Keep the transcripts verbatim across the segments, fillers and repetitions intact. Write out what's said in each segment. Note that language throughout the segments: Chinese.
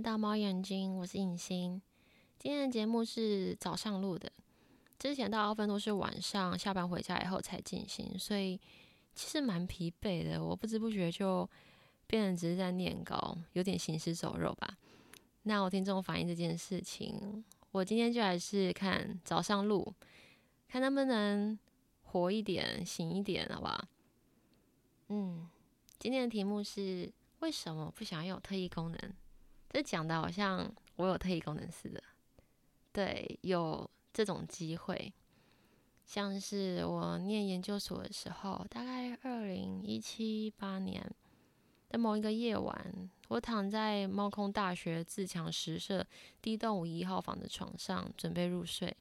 来到猫眼睛，我是影星。今天的节目是早上录的，之前大部分都是晚上下班回家以后才进行，所以其实蛮疲惫的。我不知不觉就变成只是在念稿，有点行尸走肉吧。那我听众反映这件事情，我今天就还是看早上录，看能不能活一点、醒一点，好不好？嗯，今天的题目是为什么不想要有特异功能？这讲的好像我有特异功能似的。对，有这种机会，像是我念研究所的时候，大概二零一七八年的某一个夜晚，我躺在猫空大学自强实社第一栋五一号房的床上，准备入睡，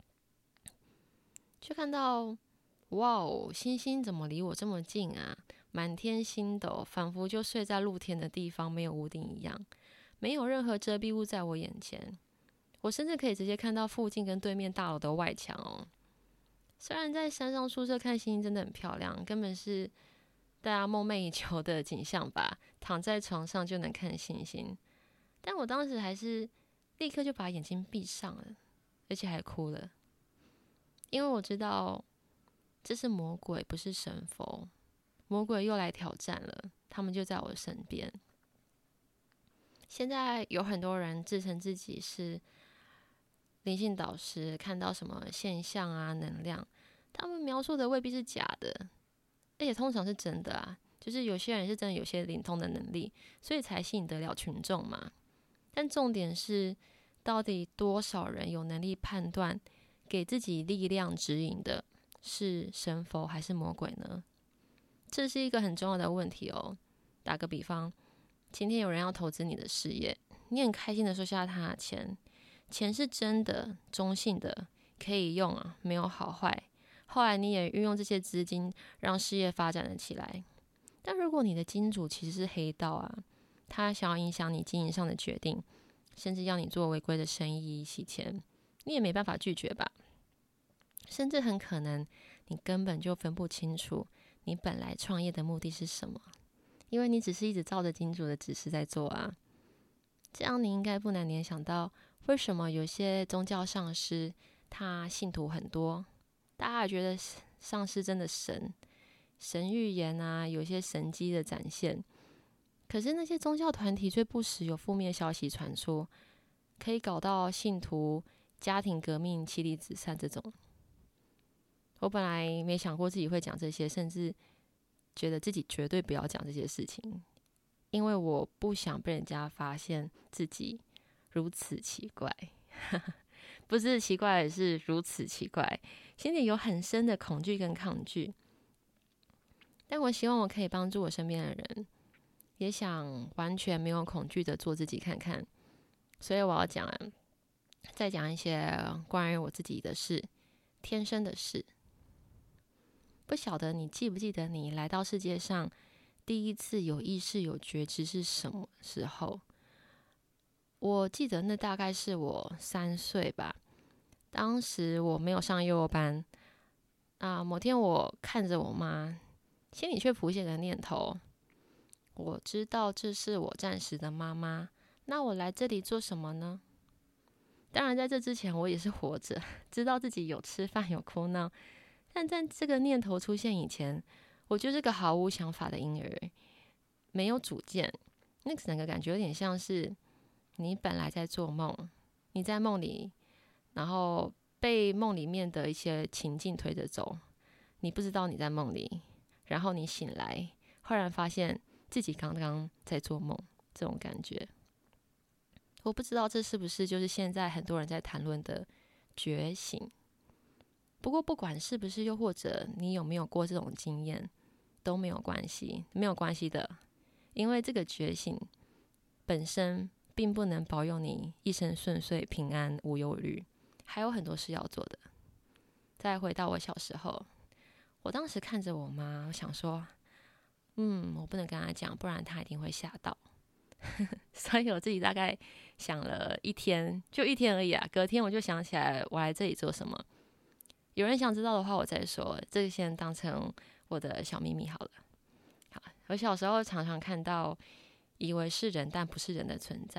就看到，哇哦，星星怎么离我这么近啊？满天星斗，仿佛就睡在露天的地方，没有屋顶一样。没有任何遮蔽物在我眼前，我甚至可以直接看到附近跟对面大楼的外墙哦。虽然在山上宿舍看星星真的很漂亮，根本是大家梦寐以求的景象吧，躺在床上就能看星星。但我当时还是立刻就把眼睛闭上了，而且还哭了，因为我知道这是魔鬼，不是神佛。魔鬼又来挑战了，他们就在我身边。现在有很多人自称自己是灵性导师，看到什么现象啊、能量，他们描述的未必是假的，而且通常是真的啊。就是有些人是真的有些灵通的能力，所以才吸引得了群众嘛。但重点是，到底多少人有能力判断给自己力量指引的是神佛还是魔鬼呢？这是一个很重要的问题哦。打个比方，今天有人要投资你的事业，你很开心的收下他的钱，钱是真的、中性的，可以用啊，没有好坏。后来你也运用这些资金，让事业发展了起来。但如果你的金主其实是黑道啊，他想要影响你经营上的决定，甚至要你做违规的生意洗钱，你也没办法拒绝吧？甚至很可能你根本就分不清楚你本来创业的目的是什么。因为你只是一直照着金主的指示在做啊，这样你应该不难联想到，为什么有些宗教上师他信徒很多，大家也觉得上师真的神，神预言啊，有些神迹的展现。可是那些宗教团体却不时有负面消息传出，可以搞到信徒家庭革命、妻离子散这种。我本来没想过自己会讲这些，甚至觉得自己绝对不要讲这些事情，因为我不想被人家发现自己如此奇怪。不是奇怪，是如此奇怪，心里有很深的恐惧跟抗拒。但我希望我可以帮助我身边的人，也想完全没有恐惧的做自己看看。所以我要讲啊，再讲一些关于我自己的事，天生的事。不晓得你记不记得你来到世界上第一次有意识有觉知是什么时候？我记得那大概是我三岁吧，当时我没有上幼儿班啊。某天我看着我妈，心里却浮现个念头，我知道这是我暂时的妈妈，那我来这里做什么呢？当然在这之前我也是活着，知道自己有吃饭有哭闹，但在这个念头出现以前，我就是个毫无想法的婴儿，没有主见。那整个感觉有点像是你本来在做梦，你在梦里，然后被梦里面的一些情境推着走，你不知道你在梦里，然后你醒来，忽然发现自己刚刚在做梦，这种感觉。我不知道这是不是就是现在很多人在谈论的觉醒。不过不管是不是，又或者你有没有过这种经验，都没有关系，没有关系的，因为这个觉醒本身并不能保佑你一生顺遂、平安、无忧无虑，还有很多事要做的。再回到我小时候，我当时看着我妈，我想说，嗯，我不能跟她讲，不然她一定会吓到。所以我自己大概想了一天，就一天而已啊。隔天我就想起来，我来这里做什么。有人想知道的话，我再说。这个先当成我的小秘密好了。好，我小时候常常看到以为是人但不是人的存在，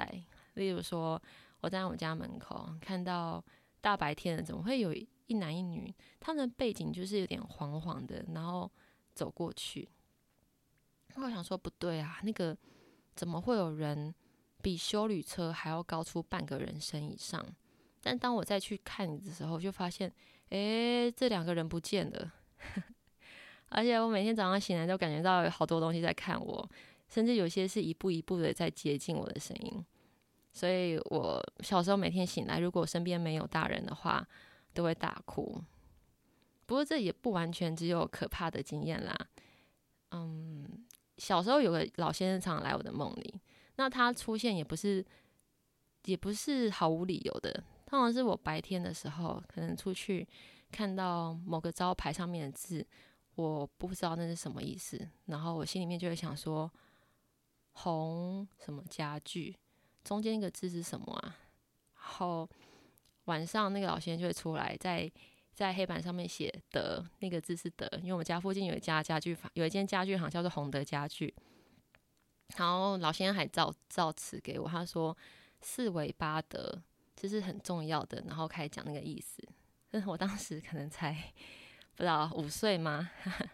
例如说，我在我们家门口看到大白天的，怎么会有一男一女？他们的背景就是有点黄黄的，然后走过去。我想说不对啊，那个怎么会有人比休旅车还要高出半个人身以上？但当我再去看你的时候，就发现，诶，这两个人不见了。而且我每天早上醒来都感觉到有好多东西在看我，甚至有些是一步一步的在接近我的声音。所以我小时候每天醒来，如果身边没有大人的话，都会大哭。不过这也不完全只有可怕的经验啦。嗯，小时候有个老先生常常来我的梦里，那他出现也不是也不是毫无理由的，通常是我白天的时候可能出去看到某个招牌上面的字，我不知道那是什么意思，然后我心里面就会想说，红什么家具，中间那个字是什么啊？然后晚上那个老先生就会出来，在在黑板上面写德，那个字是德，因为我们家附近有一家家具房，有一间家具行叫做宏德家具。然后老先生还造造词给我，他说四维八德，这是很重要的，然后开始讲那个意思。但是我当时可能才不知道五岁吗？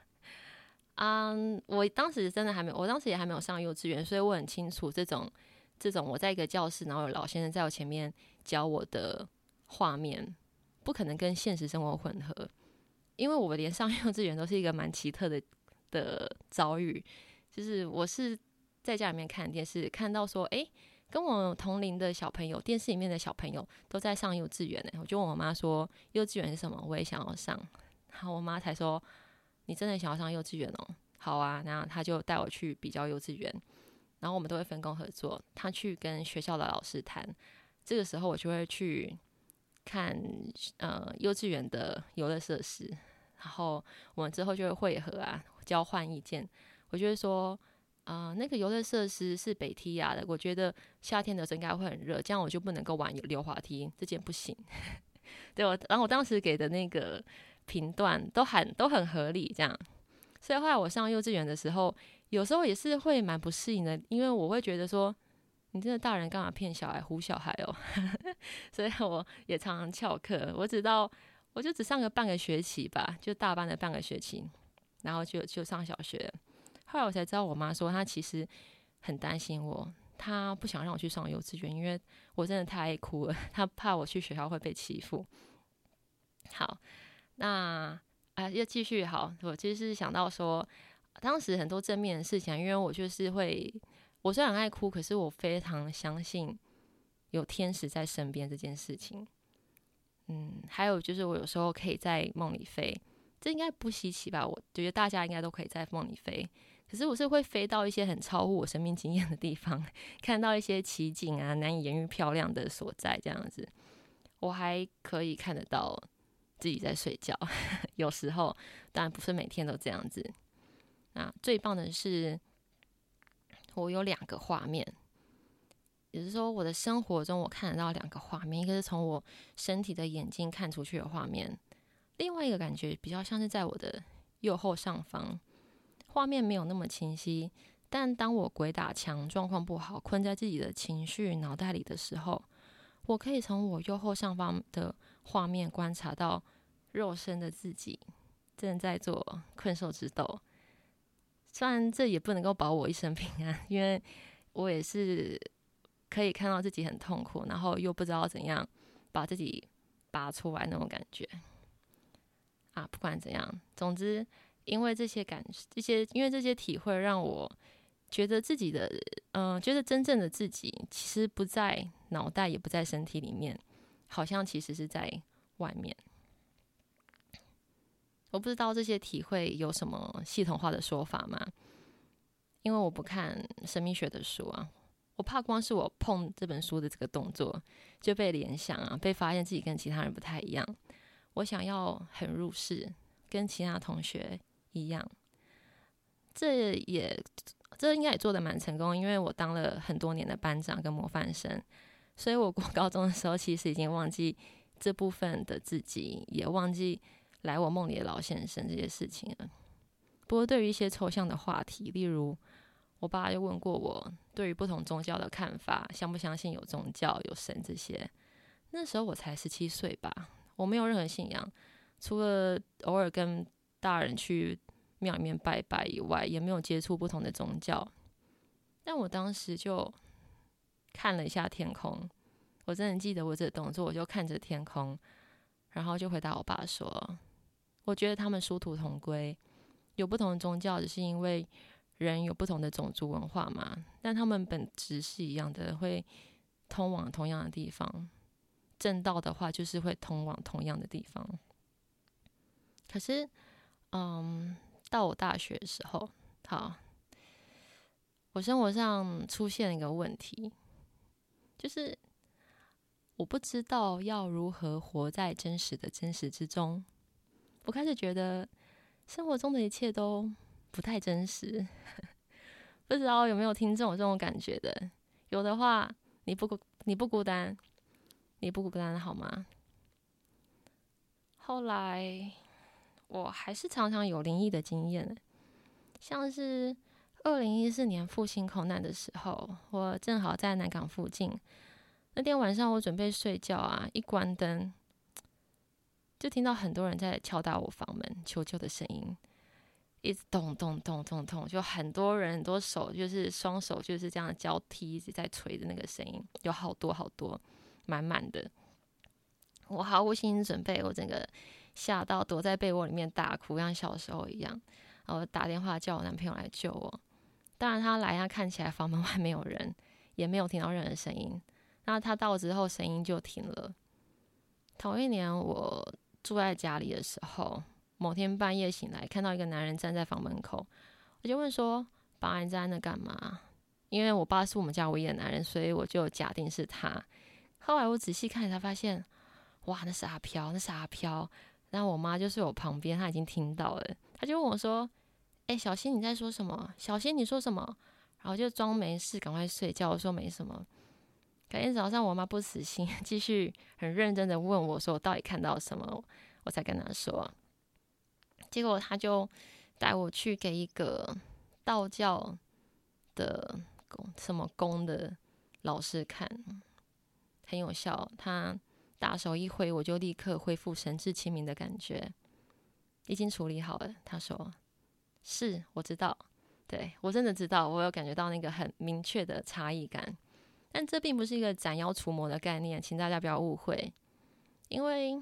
嗯，我当时真的还没有，我当时也还没有上幼稚园，所以我很清楚这种这种我在一个教室，然后有老先生在我前面教我的画面，不可能跟现实生活混合，因为我连上幼稚园都是一个蛮奇特的的遭遇，就是我是在家里面看电视，看到说，哎，跟我同龄的小朋友，电视里面的小朋友都在上幼稚园呢，我就问我妈说，幼稚园是什么？我也想要上，然后我妈才说，你真的想要上幼稚园哦？好啊，然后她就带我去比较幼稚园，然后我们都会分工合作，她去跟学校的老师谈，这个时候我就会去看呃幼稚园的游乐设施，然后我们之后就会会合啊，交换意见。我就会说，呃，那个游乐设施是北梯亚的，我觉得夏天的时候应该会很热，这样我就不能够玩溜滑梯，这件不行。对我，然后我当时给的那个评断都很都很合理，这样。所以后来我上幼稚园的时候，有时候也是会蛮不适应的，因为我会觉得说，你真的大人干嘛骗小孩唬小孩哦？所以我也常常翘课，我直到我就只上个半个学期吧，就大班的半个学期，然后就就上小学了。后来我才知道，我妈说她其实很担心我，她不想让我去上幼稚园，因为我真的太爱哭了，她怕我去学校会被欺负。好，那啊要继续好，我其实是想到说，当时很多正面的事情，因为我就是会，我虽然很爱哭，可是我非常相信有天使在身边这件事情。嗯，还有就是我有时候可以在梦里飞，这应该不稀奇吧？我觉得大家应该都可以在梦里飞。可是我是会飞到一些很超乎我生命经验的地方，看到一些奇景啊，难以言喻漂亮的所在，这样子。我还可以看得到自己在睡觉，有时候，当然不是每天都这样子。那最棒的是，我有两个画面，也就是说，我的生活中我看得到两个画面，一个是从我身体的眼睛看出去的画面，另外一个感觉比较像是在我的右后上方。画面没有那么清晰，但当我鬼打墙、状况不好、困在自己的情绪脑袋里的时候，我可以从我右后上方的画面观察到肉身的自己正在做困兽之斗。虽然这也不能够保我一生平安，因为我也是可以看到自己很痛苦，然后又不知道怎样把自己拔出来那种感觉啊。不管怎样，总之。因为这些感，这些因为这些体会，让我觉得自己的，嗯、呃，觉得真正的自己其实不在脑袋，也不在身体里面，好像其实是在外面。我不知道这些体会有什么系统化的说法吗？因为我不看神秘学的书啊，我怕光是我碰这本书的这个动作就被联想啊，被发现自己跟其他人不太一样。我想要很入世，跟其他同学一样，这也这应该也做得蛮成功，因为我当了很多年的班长跟模范生，所以我过高中的时候其实已经忘记这部分的自己，也忘记来我梦里的老先生这些事情了。不过对于一些抽象的话题，例如我爸就问过我对于不同宗教的看法，相不相信有宗教、有神这些。那时候我才十七岁吧，我没有任何信仰，除了偶尔跟大人去庙里面拜拜以外，也没有接触不同的宗教。但我当时就看了一下天空，我真的记得我这个动作，我就看着天空，然后就回答我爸说，我觉得他们殊途同归，有不同的宗教，只是因为人有不同的种族文化嘛，但他们本质是一样的，会通往同样的地方。正道的话，就是会通往同样的地方。可是，嗯，到我大学的时候，好，我生活上出现一个问题，就是我不知道要如何活在真实的真实之中。我开始觉得生活中的一切都不太真实。不知道有没有听众有这种感觉的？有的话，你不你不孤单，你不孤单好吗？后来我还是常常有灵异的经验，像是二零一四年复兴空难的时候，我正好在南港附近。那天晚上我准备睡觉啊，一关灯，就听到很多人在敲打我房门求救的声音，一直咚咚咚咚咚，就很多人很多手就是双手就是这样交替一直在捶的那个声音，有好多好多，满满的。我毫无心理准备，我整个吓到躲在被窝里面大哭，像小时候一样。然后打电话叫我男朋友来救我。当然他来，他看起来房门外没有人，也没有听到任何声音。那他到之后声音就停了。同一年我住在家里的时候，某天半夜醒来，看到一个男人站在房门口，我就问说：“爸，你站在那干嘛？”因为我爸是我们家唯一的男人，所以我就假定是他。后来我仔细看才发现，哇，那是阿飘，那是阿飘。然后我妈就睡我旁边，她已经听到了，她就问我说：“哎、欸，小新你在说什么？小新你说什么？”然后就装没事，赶快睡觉。我说没什么。改天早上我妈不死心，继续很认真的问我说我到底看到什么，我才跟她说。结果她就带我去给一个道教的什么宫的老师看，很有效。他大手一挥，我就立刻恢复神志清明的感觉，已经处理好了。他说：“是，我知道，对，我真的知道，我有感觉到那个很明确的差异感。但这并不是一个斩妖除魔的概念，请大家不要误会。因为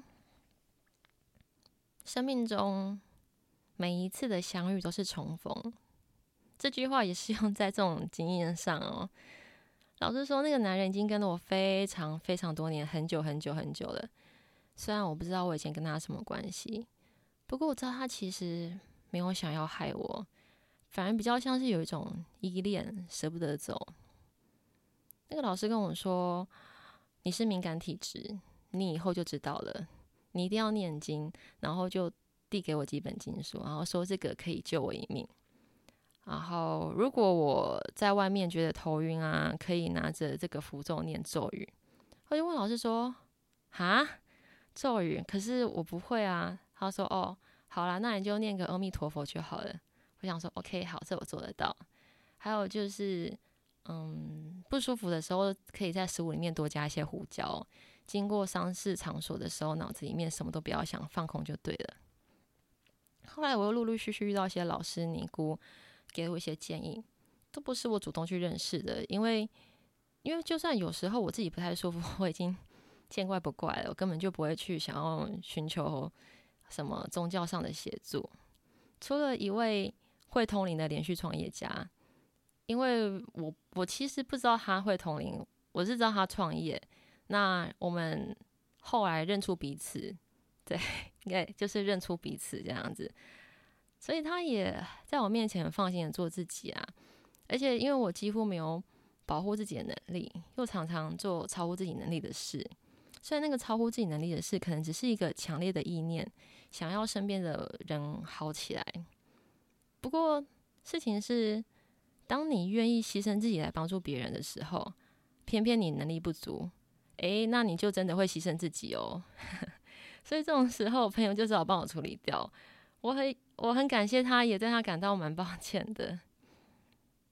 生命中每一次的相遇都是重逢，这句话也是用在这种经验上哦。老实说，那个男人已经跟了我非常非常多年，很久很久很久了。虽然我不知道我以前跟他什么关系，不过我知道他其实没有想要害我，反而比较像是有一种依恋，舍不得走。那个老师跟我说：“你是敏感体质，你以后就知道了。你一定要念经。”然后就递给我几本经书，然后说这个可以救我一命。然后如果我在外面觉得头晕啊，可以拿着这个符咒念咒语。我就问老师说：“哈，咒语？可是我不会啊。”他说：“哦，好啦，那你就念个阿弥陀佛就好了。”我想说 ：“OK， 好，这我做得到。”还有就是，嗯，不舒服的时候，可以在食物里面多加一些胡椒。经过丧事场所的时候，脑子里面什么都不要想，放空就对了。后来我又陆陆续续遇到一些老师尼姑，给我一些建议，都不是我主动去认识的，因为因为就算有时候我自己不太舒服，我已经见怪不怪了，我根本就不会去想要寻求什么宗教上的协助。除了一位会通灵的连续创业家，因为我我其实不知道他会通灵，我是知道他创业。那我们后来认出彼此，对，应该就是认出彼此这样子。所以他也在我面前很放心的做自己啊，而且因为我几乎没有保护自己的能力，又常常做超乎自己能力的事，所以那个超乎自己能力的事，可能只是一个强烈的意念，想要身边的人好起来。不过事情是，当你愿意牺牲自己来帮助别人的时候，偏偏你能力不足，诶，那你就真的会牺牲自己哦。所以这种时候，朋友就只好帮我处理掉。我很我很感谢他，也对他感到蛮抱歉的。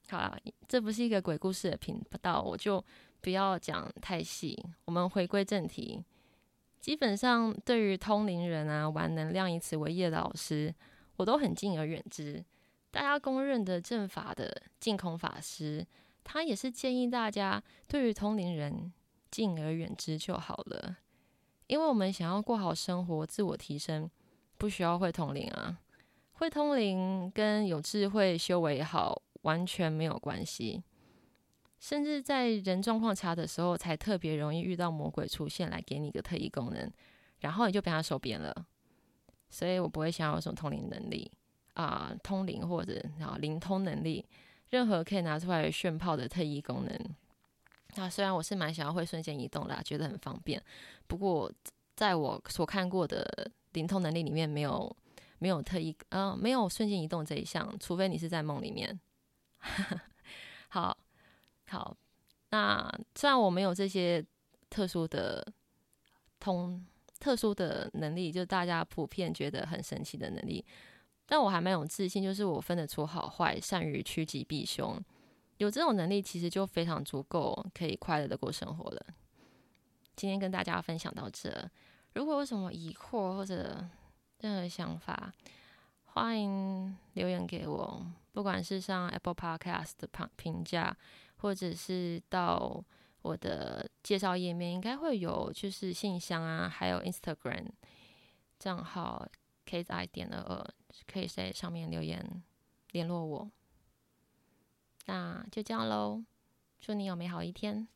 好啦，这不是一个鬼故事的频道，我就不要讲太细。我们回归正题，基本上对于通灵人啊、玩能量以此为业的老师，我都很敬而远之。大家公认的正法的净空法师，他也是建议大家对于通灵人敬而远之就好了。因为我们想要过好生活、自我提升，不需要会通灵啊。会通灵跟有智慧、修为好完全没有关系。甚至在人状况差的时候，才特别容易遇到魔鬼出现来给你一个特异功能，然后你就被他收编了。所以我不会想要有什么通灵能力啊、呃，通灵或者啊灵通能力，任何可以拿出来炫炮的特异功能。那虽然我是蛮想要会瞬间移动的、啊，觉得很方便，不过在我所看过的灵通能力里面，没有没有特异呃没有瞬间移动这一项，除非你是在梦里面。好。好，那虽然我没有这些特殊的通特殊的能力，就大家普遍觉得很神奇的能力，但我还蛮有自信，就是我分得出好坏，善于趋吉避凶。有这种能力，其实就非常足够，可以快乐的过生活了。今天跟大家分享到这，如果有什么疑惑或者任何想法，欢迎留言给我，不管是上 Apple Podcast 的评价，或者是到我的介绍页面，应该会有就是信箱啊，还有 Instagram 账号 K I 点二二，可以在上面留言联络我。那就这样咯，祝你有美好一天。